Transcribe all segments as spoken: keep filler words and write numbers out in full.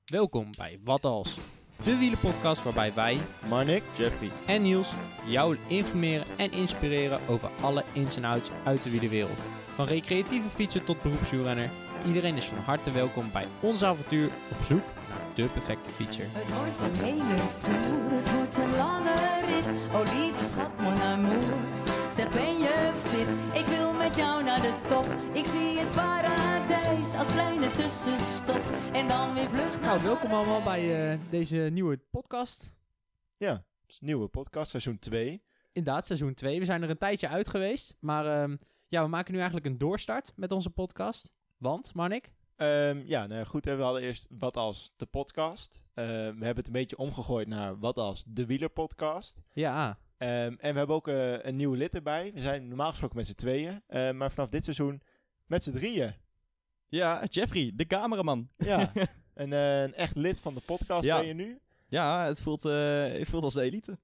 Welkom bij Wat Als, de wielerpodcast waarbij wij, Marnik, Jeffrey en Niels jou informeren en inspireren over alle ins en outs uit de wielerwereld. Van recreatieve fietser tot beroepswielrenner, iedereen is van harte welkom bij ons avontuur op zoek naar de perfecte fietser. Het wordt een hele tour, het wordt een lange rit. Oh lieve schat, mon amour, zeg ben je fit? Ik wil met jou naar de top, ik zie het paradijs als kleine tussenstop. En dan weer vlug naar Nou, welkom allemaal bij uh, deze nieuwe podcast. Ja, nieuwe podcast, seizoen twee. Inderdaad, seizoen twee. We zijn er een tijdje uit geweest, maar uh, ja, we maken nu eigenlijk een doorstart met onze podcast. Want, Marnik? Um, ja, nou goed, hebben we allereerst Wat Als de podcast. Uh, we hebben het een beetje omgegooid naar Wat Als de wielerpodcast. Ja. Um, en we hebben ook uh, een nieuwe lid erbij. We zijn normaal gesproken met z'n tweeën, uh, maar vanaf dit seizoen met z'n drieën. Ja, Jeffrey, de cameraman. Ja, een, uh, een echt lid van de podcast Ja. ben je nu. Ja, het voelt, uh, het voelt als de elite.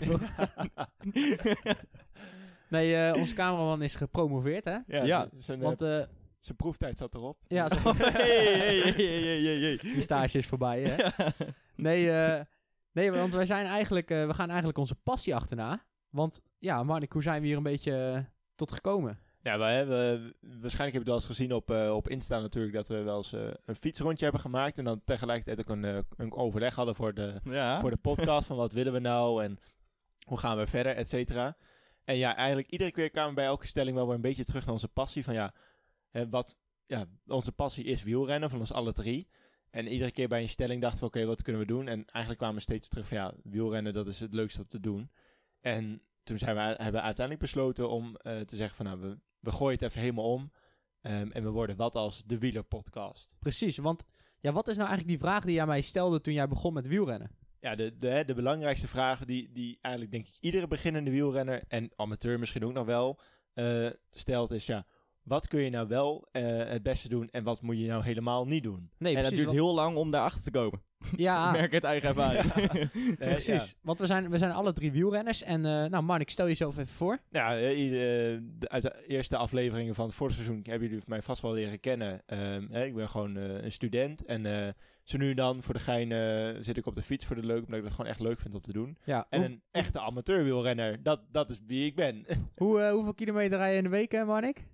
Nee, uh, onze cameraman is gepromoveerd, hè? Ja, Ja, z- zijn, uh, Want, uh, zijn proeftijd zat erop. ja, zo, hey, hey, hey, hey, hey, hey. die stage is voorbij, hè? Nee, uh, nee, want wij zijn eigenlijk, uh, we gaan eigenlijk onze passie achterna. Want, ja, Marnik, hoe zijn we hier een beetje uh, tot gekomen? Ja, wij hebben, waarschijnlijk heb je het wel eens gezien op, uh, op Insta natuurlijk, dat we wel eens uh, een fietsrondje hebben gemaakt. En dan tegelijkertijd ook een, uh, een overleg hadden voor de, Ja. voor de podcast van wat willen we nou en hoe gaan we verder, et cetera. En ja, eigenlijk iedere keer kwamen we bij elke stelling wel weer een beetje terug naar onze passie. Van ja, hè, wat, ja, onze passie is wielrennen van ons alle drie. En iedere keer bij een stelling dachten we, oké, okay, wat kunnen we doen? En eigenlijk kwamen we steeds terug van ja, wielrennen, dat is het leukste om te doen. En toen zijn we, hebben we uiteindelijk besloten om uh, te zeggen van nou, we, we gooien het even helemaal om. Um, en we worden Wat Als de wielerpodcast. Precies, want ja, wat is nou eigenlijk die vraag die jij mij stelde toen jij begon met wielrennen? Ja, de, de, de belangrijkste vragen die, die eigenlijk denk ik iedere beginnende wielrenner en amateur misschien ook nog wel uh, stelt is ja, wat kun je nou wel uh, het beste doen en wat moet je nou helemaal niet doen? Nee, En dat duurt want- heel lang om daarachter te komen. Ja, Ik merk het eigen ervaring. Uh, precies. Ja, Want we zijn, we zijn alle drie wielrenners. En uh, nou, Marnik, stel jezelf even voor. ja uh, de, uit de eerste afleveringen van het vorige seizoen hebben jullie mij vast wel leren kennen. Um, hè, ik ben gewoon uh, een student en uh, zo nu en dan voor de gein uh, zit ik op de fiets voor de leuk, omdat ik dat gewoon echt leuk vind om te doen. Ja, En hoe, een echte amateurwielrenner, dat, dat is wie ik ben. hoe, uh, hoeveel kilometer rij je in de week, hè, Marnik?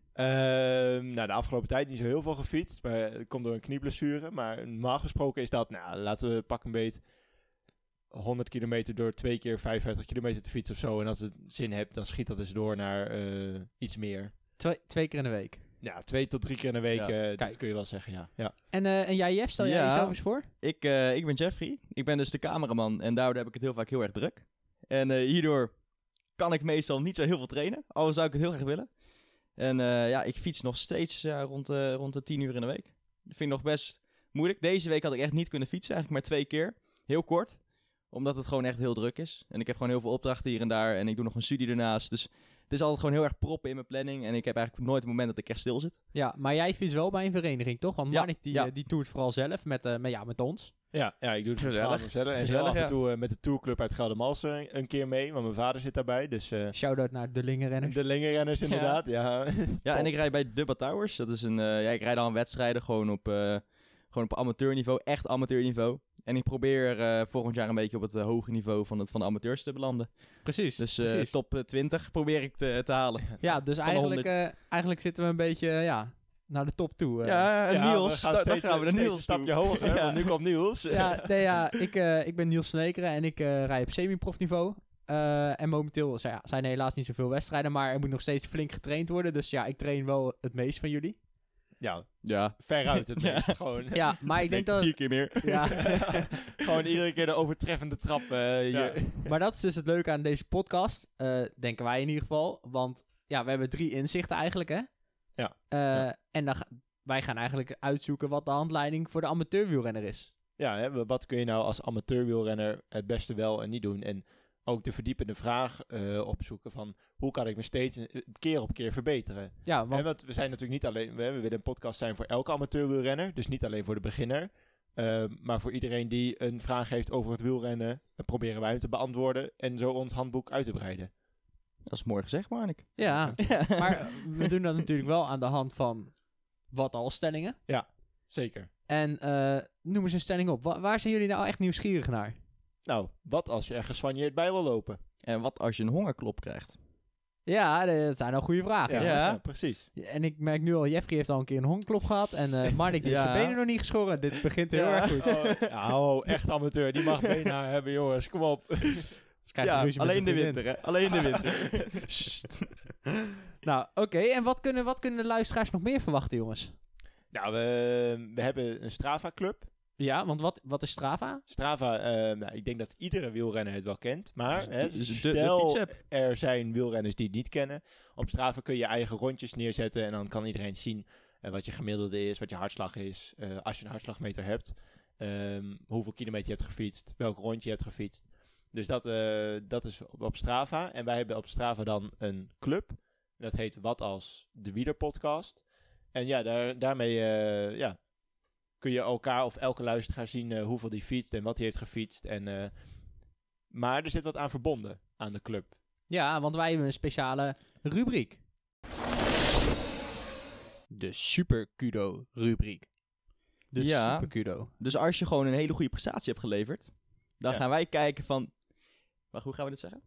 Um, nou, de afgelopen tijd niet zo heel veel gefietst. Maar het komt door een knieblessure. Maar normaal gesproken is dat, nou, laten we pak een beet honderd kilometer door twee keer vijfenvijftig kilometer te fietsen of zo. En als het zin hebt, dan schiet dat eens door naar uh, iets meer. Twee, twee keer in de week. Ja, twee tot drie keer in de week, Ja. uh, dat Kijk. kun je wel zeggen, ja. ja. En, uh, en jij, Jeff, stel jij Ja. jezelf eens voor? ik, uh, ik ben Jeffrey. Ik ben dus de cameraman en daardoor heb ik het heel vaak heel erg druk. En uh, hierdoor kan ik meestal niet zo heel veel trainen. Al zou ik het heel graag willen. En uh, ja, ik fiets nog steeds uh, rond, uh, rond de tien uur in de week. Dat vind ik nog best moeilijk. Deze week had ik echt niet kunnen fietsen, eigenlijk maar twee keer. Heel kort, omdat het gewoon echt heel druk is. En ik heb gewoon heel veel opdrachten hier en daar en ik doe nog een studie ernaast. Dus het is altijd gewoon heel erg proppen in mijn planning. En ik heb eigenlijk nooit een moment dat ik echt stil zit. Ja, maar jij fietst wel bij een vereniging, toch? Want Ja, Marnik, die, ja. uh, die toert vooral zelf met, uh, met, ja, met ons. Ja, ja, ik doe het Gezellig. gezellig. mezelf. En Gezellig, zelf af en ja. toe uh, met de tourclub uit Geldermalsen een, een keer mee. Want mijn vader zit daarbij, dus uh, Shout-out naar de Lingenrenners. de lingerrenners inderdaad, ja. Ja, Top. en ik rijd bij Dubba Towers. Dat is een, uh, ja, ik rijd al wedstrijden gewoon op, uh, gewoon op amateurniveau, echt amateurniveau. En ik probeer uh, volgend jaar een beetje op het uh, hoge niveau van, het, van de amateurs te belanden. Precies, Dus uh, precies. top uh, twintig probeer ik te, te halen. Ja, dus de eigenlijk, uh, eigenlijk zitten we een beetje uh, ja, naar de top toe. Uh. Ja, en Ja, Niels, we gaan da- dan steeds, gaan we naar steeds Niels een stapje toe. hoger, Ja. want nu komt Niels. Ja, nee, ja ik, uh, ik ben Niels Snekeren en ik uh, rij op semi-profniveau. Uh, en momenteel zijn, ja, zijn er helaas niet zoveel wedstrijden, maar er moet nog steeds flink getraind worden. Dus ja, ik train wel het meest van jullie. Ja, Ja, veruit het Ja. meest gewoon. Ja, maar ik denk dat... vier keer meer. Ja, Gewoon iedere keer de overtreffende trap uh, hier. maar dat is dus het leuke aan deze podcast, uh, denken wij in ieder geval. Want ja, we hebben drie inzichten eigenlijk, hè? Ja. Uh, Ja. En dan, ga- wij gaan eigenlijk uitzoeken wat de handleiding voor de amateurwielrenner is. Ja, hè, wat kun je nou als amateurwielrenner het beste wel en niet doen? En ook de verdiepende vraag uh, opzoeken van hoe kan ik me steeds een, keer op keer verbeteren? Ja, Hè, want want we zijn natuurlijk niet alleen, we, we willen een podcast zijn voor elke amateurwielrenner, dus niet alleen voor de beginner. Uh, maar voor iedereen die een vraag heeft over het wielrennen, uh, proberen wij hem te beantwoorden en zo ons handboek uit te breiden. Dat is mooi gezegd, Marnik. ja, maar we doen dat natuurlijk wel aan de hand van wat al stellingen. Zeker. En uh, noem eens een stelling op. Wa- waar zijn jullie nou echt nieuwsgierig naar? Nou, wat als je er gesoigneerd bij wil lopen? En wat als je een hongerklop krijgt? Ja, dat zijn al goede vragen. Ja, Ja. ja, precies. En ik merk nu al, Jeffrey heeft al een keer een hongerklop gehad. En uh, Marnik heeft Ja. zijn benen nog niet geschoren. Dit begint heel Ja. erg goed. Oh, ja, oh, echt amateur. Die mag benen hebben, jongens. Kom op. Dus krijgt hij ruzie met alleen de zijn winter, vriendin. hè? Alleen de winter. Sst. Nou, oké. En wat kunnen, wat kunnen de luisteraars nog meer verwachten, jongens? Nou, we, we hebben een Strava-club. Ja, want wat, wat is Strava? Strava, eh, nou, ik denk dat iedere wielrenner het wel kent. Maar hè, Dus de- de stel fietsapp. er zijn wielrenners die het niet kennen. Op Strava kun je eigen rondjes neerzetten. En dan kan iedereen zien eh, wat je gemiddelde is, wat je hartslag is. eh, als je een hartslagmeter hebt. ehm, hoeveel kilometer je hebt gefietst. Welk rondje je hebt gefietst. Dus dat, eh, dat is op, op Strava. En wij hebben op Strava dan een club. Dat heet Wat Als de Wieler Podcast. En ja, daar, daarmee eh, ja, kun je elkaar of elke luisteraar zien uh, hoeveel die fietst en wat hij heeft gefietst. En, uh, maar er zit wat aan verbonden aan de club. Ja, want wij hebben een speciale rubriek. De Super Kudo rubriek. De Ja. Super Kudo. Dus als je gewoon een hele goede prestatie hebt geleverd, dan Ja. gaan wij kijken van... Wacht, hoe gaan we dit zeggen?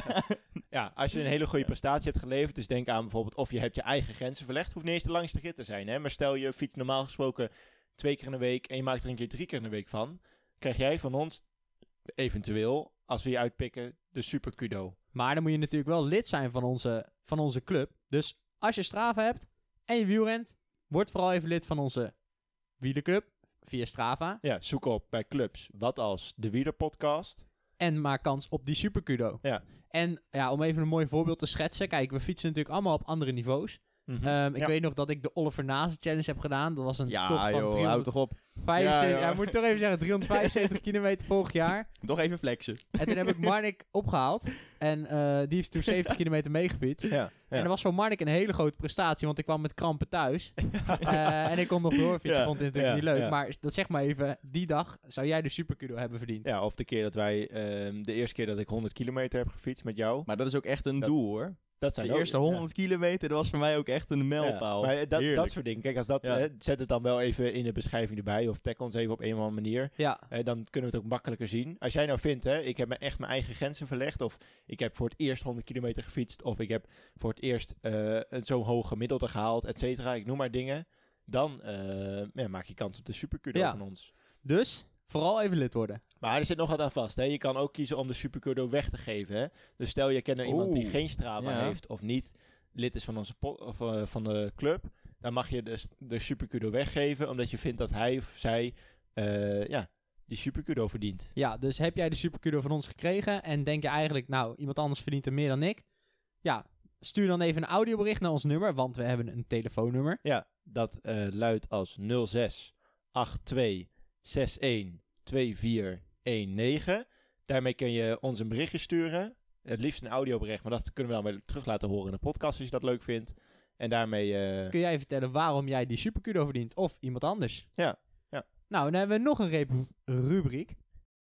Ja, als je een hele goede prestatie hebt geleverd, dus denk aan bijvoorbeeld of je hebt je eigen grenzen verlegd, hoeft niet eens de langste rit te zijn. Hè? Maar stel je fietst normaal gesproken twee keer in de week en je maakt er een keer drie keer in de week van, krijg jij van ons eventueel, als we je uitpikken, de Super Kudo. Maar dan moet je natuurlijk wel lid zijn van onze, van onze club. Dus als je Strava hebt en je wielrent, word vooral even lid van onze wielerclub via Strava. Ja, zoek op bij clubs Wat Als de Wieler Podcast. En maak kans op die Super Kudo. Ja. En ja, om even een mooi voorbeeld te schetsen. Kijk, we fietsen natuurlijk allemaal op andere niveaus. Mhm. Ehm, ik Ja. weet nog dat ik de Oliver Nase Challenge heb gedaan. Dat was een Ja, tocht van joh, hou driehonderdvijfenzeventig toch op. ja, Ja, joh. moet ik toch even zeggen, driehonderdvijfenzeventig kilometer vorig jaar. Toch even flexen. En toen heb ik Marnik opgehaald. En eh, die is toen zeventig kilometer meegefietst. Ja, ja. En dat was voor Marnik een hele grote prestatie, want ik kwam met krampen thuis. Eh, en ik kon nog doorfietsen, Ja, vond het natuurlijk ja, niet leuk. ja. Maar dat zeg maar even, die dag zou jij de Super Kudo hebben verdiend. Ja, of de keer dat wij, ehm, de eerste keer dat ik honderd kilometer heb gefietst met jou. Maar dat is ook echt een Dat- doel, hoor. Dat zijn De ook- eerste ja. honderd kilometer, dat was voor mij ook echt een mijlpaal. Ja, maar dat, dat Heerlijk. soort dingen. Kijk, als dat, Ja. hè, zet het dan wel even in de beschrijving erbij. Of tag ons even op een of andere manier. Ja, Hè, dan kunnen we het ook makkelijker zien. Als jij nou vindt, hè, ik heb me echt mijn eigen grenzen verlegd. Of ik heb voor het eerst honderd kilometer gefietst. Of ik heb voor het eerst eh, een zo'n hoog gemiddelde gehaald, et cetera. Ik noem maar dingen. Dan eh, ja, maak je kans op de Superkudo Ja. van ons. dus vooral even lid worden. Maar er zit nog wat aan vast. Hè. Je kan ook kiezen om de Superkudo weg te geven. Hè. Dus stel je kent nou iemand die Oeh. geen Strava Ja. heeft of niet lid is van onze po- of, eh, van de club, dan mag je de, de Superkudo weggeven, omdat je vindt dat hij of zij eh, ja, die Superkudo verdient. Ja, dus heb jij de Super Kudo van ons gekregen en denk je eigenlijk, nou, iemand anders verdient er meer dan ik? Ja, stuur dan even een audiobericht naar ons nummer, want we hebben een telefoonnummer. Ja, dat eh, luidt als nul zes acht twee zes een twee vier een negen. Daarmee kun je ons een berichtje sturen. Het liefst een audiobericht, maar dat kunnen we dan weer terug laten horen in de podcast als je dat leuk vindt. En daarmee... eh, Kun jij vertellen waarom jij die Super Kudo verdient of iemand anders? Ja, ja. Nou, dan hebben we nog een repu- rubriek.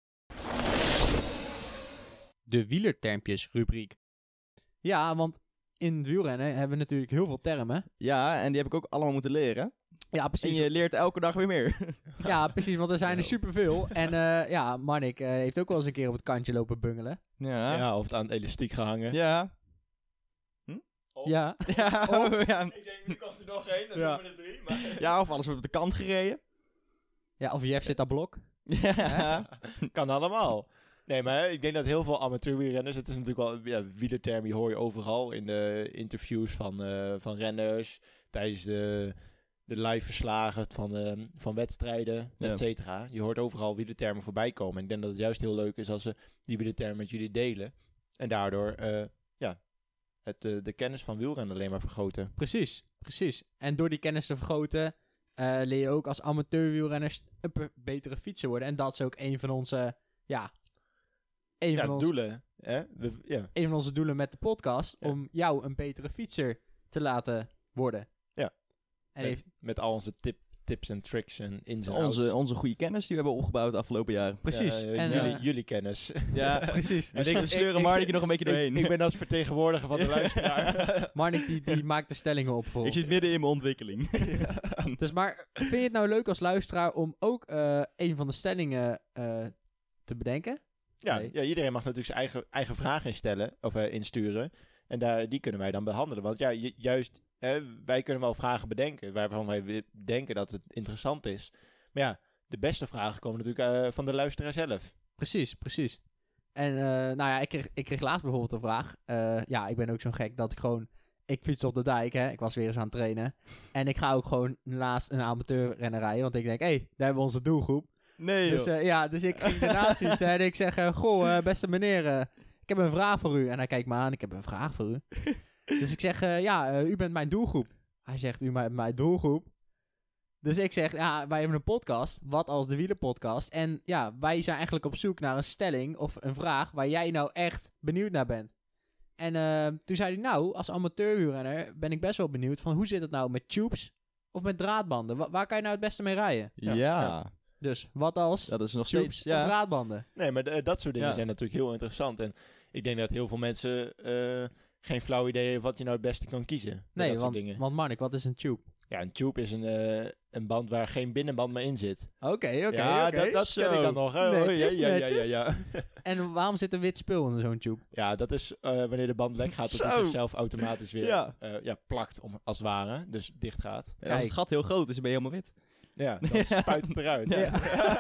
De wielertermpjes rubriek. Ja, want in het wielrennen hebben we natuurlijk heel veel termen. Ja, en die heb ik ook allemaal moeten leren. Ja, En precies. je leert elke dag weer meer. Ja, precies, want er zijn er Ja. superveel. En eh, ja, Marnik eh, heeft ook wel eens een keer op het kantje lopen bungelen. Ja. ja, of het aan het elastiek gehangen. Ja. Ja. Ja. Oh, ja. Ik denk, nu komt er nog één, dan Ja. doen we er drie. Maar... Ja, of alles wordt op de kant gereden. Ja, of Jeff zit aan blok. Ja. Kan allemaal. Nee, maar ik denk dat heel veel amateurwielrenners, het is natuurlijk wel, ja, wielerterm, die hoor je overal in de interviews van, eh, van renners, tijdens de, de live verslagen van, eh, van wedstrijden, Ja. et cetera. Je hoort overal wielertermen voorbij komen. En ik denk dat het juist heel leuk is als ze die wielertermen met jullie delen. En daardoor, eh, ja, het, eh, de kennis van wielrennen alleen maar vergroten. Precies, precies. En door die kennis te vergroten, eh, leer je ook als amateurwielrenners een pe- betere fietser worden. En dat is ook een van onze, ja, een Ja, van onze, doelen. Hè? We, ja. een van onze doelen met de podcast, Ja. om jou een betere fietser te laten worden. Ja. En Met, heeft, met al onze tip, tips en tricks en ins en outs. Onze, onze goede kennis die we hebben opgebouwd de afgelopen jaren. Precies. Ja, eh, en, jullie, eh, jullie kennis. Ja, precies. Dus En ik- we sleuren ik- ik- Marnik er nog een beetje ik, doorheen. ik ben als vertegenwoordiger van de luisteraar. Marnik die, die maakt de stellingen op voor Ik ons. zit midden in mijn ontwikkeling. Dus maar vind je het nou leuk als luisteraar om ook eh, een van de stellingen eh, te bedenken? Ja, Nee. ja, iedereen mag natuurlijk zijn eigen, eigen vraag instellen of eh, insturen. En daar, die kunnen wij dan behandelen. Want ja, ju- juist, hè, wij kunnen wel vragen bedenken waarvan wij wi- denken dat het interessant is. Maar ja, de beste vragen komen natuurlijk eh, van de luisteraar zelf. Precies, precies. En eh, nou ja, ik kreeg, ik kreeg laatst bijvoorbeeld een vraag. Eh, ja, ik ben ook zo'n gek dat ik gewoon... Ik fiets op de dijk, hè. Ik was weer eens aan het trainen. En ik ga ook gewoon naast een amateurrenner rijden. Want ik denk, hé, hey, daar hebben we onze doelgroep. Nee, Dus eh, ja, dus ik ging ernaast fietsen en ik zeg, eh, goh, eh, beste meneer, eh, ik heb een vraag voor u. En hij kijkt me aan, ik heb een vraag voor u. Dus ik zeg, eh, ja, eh, u bent mijn doelgroep. Hij zegt, u bent mijn doelgroep. Dus ik zeg, ja, wij hebben een podcast, wat als de wielerpodcast. En ja, wij zijn eigenlijk op zoek naar een stelling of een vraag waar jij nou echt benieuwd naar bent. En eh, toen zei hij, nou, als amateurwielrenner ben ik best wel benieuwd van hoe zit het nou met tubes of met draadbanden? Wa- waar kan je nou het beste mee rijden? Ja, Ja. Dus wat als dat is nog tubes steeds... of Ja. draadbanden? Nee, maar de- dat soort dingen Ja. zijn natuurlijk heel interessant. En ik denk dat heel veel mensen eh, geen flauw idee hebben wat je nou het beste kan kiezen. Met Nee, dat soort want, dingen. want Marnik, wat is een tube? Ja, een tube is een, eh, een band waar geen binnenband meer in zit. Oké, oké, ja, oké. dat, dat ken ik Zo. dan nog. Hè? Netjes, ja, ja, ja, netjes. ja, ja. En waarom zit er wit spul in zo'n tube? Ja, dat is eh, wanneer de band lek gaat, dat hij Zo. zichzelf automatisch weer Ja. ja. ja, plakt, om, als het ware. Dus dicht gaat. En als het gat heel groot is, dan ben je helemaal wit. Ja, dan spuit het eruit. Ja.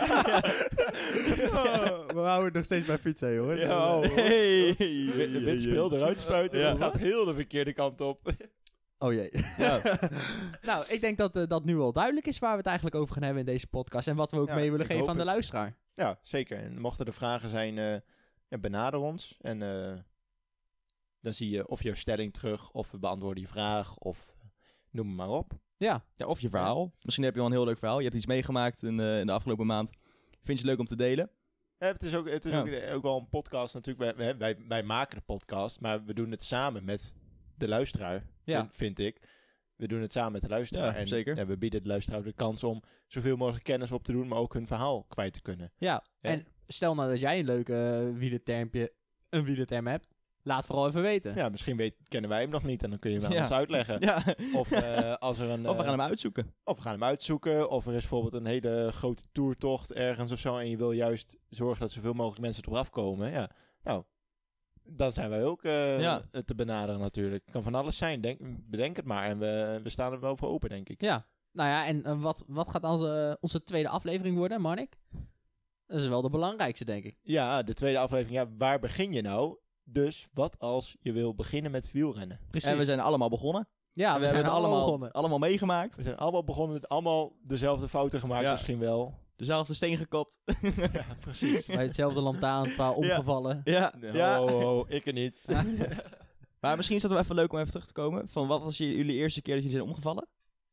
Oh, we houden nog steeds bij fietsen, jongens. Ja, oh, Hey. Wit wit spul eruit spuiten, Ja. dat gaat heel de verkeerde kant op. Oh jee. Ja. Nou, ik denk dat eh, dat nu al duidelijk is waar we het eigenlijk over gaan hebben in deze podcast. En wat we ook Ja, mee willen ik geven hoop aan de het. luisteraar. Ja, zeker. En mochten er vragen zijn, eh, ja, benader ons. En eh, dan zie je of jouw stelling terug, of we beantwoorden je vraag, of eh, noem het maar op. Ja, Ja, of je verhaal. Misschien heb je wel een heel leuk verhaal. Je hebt iets meegemaakt in, eh, in de afgelopen maand. Vind je het leuk om te delen? Ja, het is ook, het is Ja. ook, ook wel een podcast natuurlijk. Wij, wij, wij maken de podcast, maar we doen het samen met de luisteraar, Ja. vind, vind ik. We doen het samen met de luisteraar. Ja, en zeker. ja, we bieden de luisteraar de kans om zoveel mogelijk kennis op te doen, maar ook hun verhaal kwijt te kunnen. ja. Ja. En stel nou dat jij een leuke uh, wielertermpje, een wielerterm hebt. Laat vooral even weten. Ja, misschien weet, kennen wij hem nog niet en dan kun je hem aan Ja. ons uitleggen. Ja. Of, eh, als er een, Of we eh, gaan hem uitzoeken. Of we gaan hem uitzoeken. Of er is bijvoorbeeld een hele grote toertocht ergens of zo. En je wil juist zorgen dat zoveel mogelijk mensen erop afkomen. Ja, nou, dan zijn wij ook eh, Ja. te benaderen natuurlijk. Het kan van alles zijn. Denk, bedenk het maar. En we, we staan er wel voor open, denk ik. Ja. Nou ja, en uh, wat, wat gaat onze, onze tweede aflevering worden, Marnik? Dat is wel de belangrijkste, denk ik. Ja, de tweede aflevering. Ja, waar begin je nou? Dus wat als je wil beginnen met wielrennen? Precies. En we zijn allemaal begonnen. ja, En we, we, zijn hebben het allemaal, begonnen. allemaal meegemaakt. We zijn allemaal begonnen met allemaal dezelfde fouten gemaakt Ja. misschien wel. Dezelfde steen gekopt. Ja, precies. Bij hetzelfde lantaarnpaal omgevallen. ja, ja. Oh, oh, ik er niet. Maar misschien is het wel even leuk om even terug te komen. Van wat was je, jullie eerste keer dat jullie zijn omgevallen?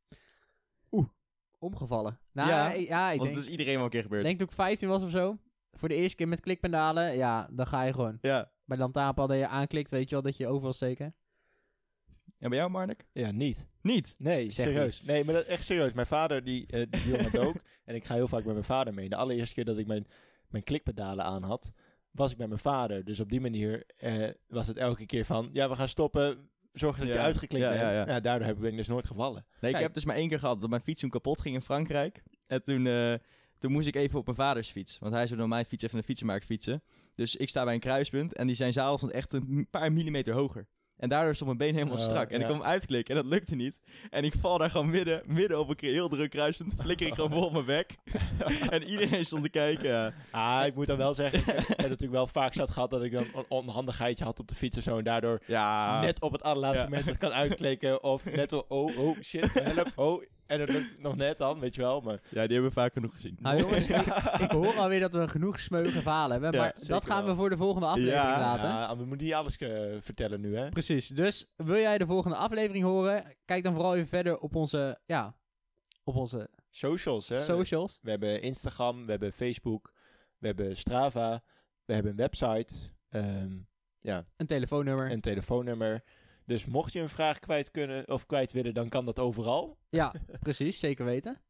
Omgevallen. Nou, Ja, ja, ik, ja, ik Want denk, dat is iedereen wel een keer gebeurd. denk toen ik vijftien was of zo. Voor de eerste keer met klikpedalen. Ja, dan ga je gewoon. Ja. Bij de lantaarnpaal dat je aanklikt, weet je wel dat je overal steken. En bij jou, Marnik? Ja, niet. Niet. Nee, Zeg serieus. Nee, maar dat, echt serieus. Mijn vader, die, uh, die wil dat ook. En ik ga heel vaak met mijn vader mee. De allereerste keer dat ik mijn, mijn klikpedalen aan had, was ik met mijn vader. Dus op die manier eh, was het elke keer van, ja, we gaan stoppen. Zorg dat Ja. je uitgeklikt Ja, bent. ja, Ja, ja. daardoor heb ik dus nooit gevallen. Nee, ik Kijk. heb dus maar één keer gehad dat mijn fiets toen kapot ging in Frankrijk. En toen, eh, toen moest ik even op mijn vaders fiets. Want hij zou door mijn fiets even naar de fietsenmarkt fietsen. Dus ik sta bij een kruispunt en die zijn zadel stond echt een paar millimeter hoger. En daardoor stond mijn been helemaal Oh, strak. En ja. ik kwam uitklikken en dat lukte niet. En ik val daar gewoon midden, midden op een heel druk kruispunt. Flikker ik gewoon vol op mijn bek. En iedereen stond te kijken. Ja. Ah, ik moet dan wel zeggen, ik heb, ik heb natuurlijk wel vaak zat gehad dat ik dan een onhandigheidje had op de fiets of zo. En daardoor Ja. net op het allerlaatste Ja. moment kan uitklikken. Of net, wel, oh, oh, shit, help, oh. En dat lukt nog net dan, weet je wel. Maar ja, die hebben we vaak genoeg gezien. Nou jongens, ik, ik hoor alweer dat we genoeg smeugen verhalen hebben. Ja, maar zeker dat gaan wel. we voor de volgende aflevering Ja, laten. ja, we moeten niet alles eh, vertellen nu, hè. Precies. Dus wil jij de volgende aflevering horen? Kijk dan vooral even verder op onze, ja, op onze Socials, hè. socials. We hebben Instagram, we hebben Facebook, we hebben Strava, we hebben een website, ehm, ja, Een telefoonnummer. een telefoonnummer. Dus mocht je een vraag kwijt kunnen of kwijt willen, dan kan dat overal. Ja, precies. Zeker weten.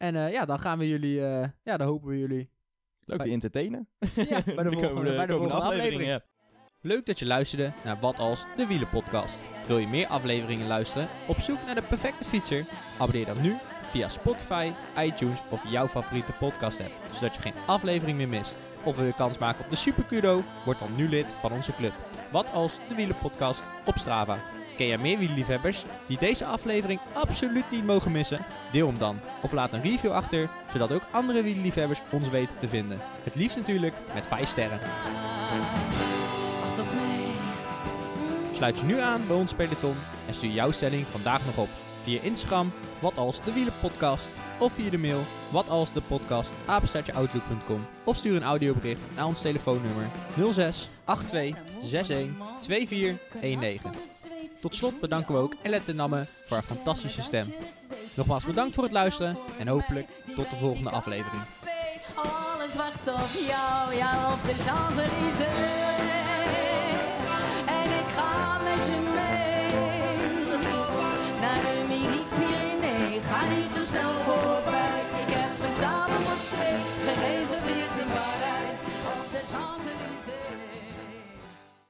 En uh, ja, dan gaan we jullie, uh, ja, dan hopen we jullie... Leuk bij... te entertainen. Ja, bij de, de volgende, komende, bij de volgende aflevering. aflevering. Ja. Leuk dat je luisterde naar Wat Als, de Wielenpodcast. Wil je meer afleveringen luisteren? Op zoek naar de perfecte fietser? Abonneer dan nu via Spotify, iTunes of jouw favoriete podcast app, zodat je geen aflevering meer mist. Of wil je kans maken op de Super Kudo? Word dan nu lid van onze club. Wat Als, de Wielenpodcast op Strava. Ken jij meer wielerliefhebbers die deze aflevering absoluut niet mogen missen? Deel hem dan. Of laat een review achter, zodat ook andere wielerliefhebbers ons weten te vinden. Het liefst natuurlijk met vijf sterren. Sluit je nu aan bij ons peloton en stuur jouw stelling vandaag nog op. Via Instagram, Wat Als de Wielerpodcast. Of via de mail, watalsdepodcast, apenstaartje outlook punt com. Of stuur een audiobericht naar ons telefoonnummer nul zes acht twee zes een twee vier een negen. Tot slot bedanken we ook Elette Namme voor haar fantastische stem. Nogmaals bedankt voor het luisteren en hopelijk tot de volgende aflevering. Alles wacht op jou, ja op de Champs-Élysées. En ik ga met je mee naar de Midi-Pyrénées. Ga niet te snel voorbij.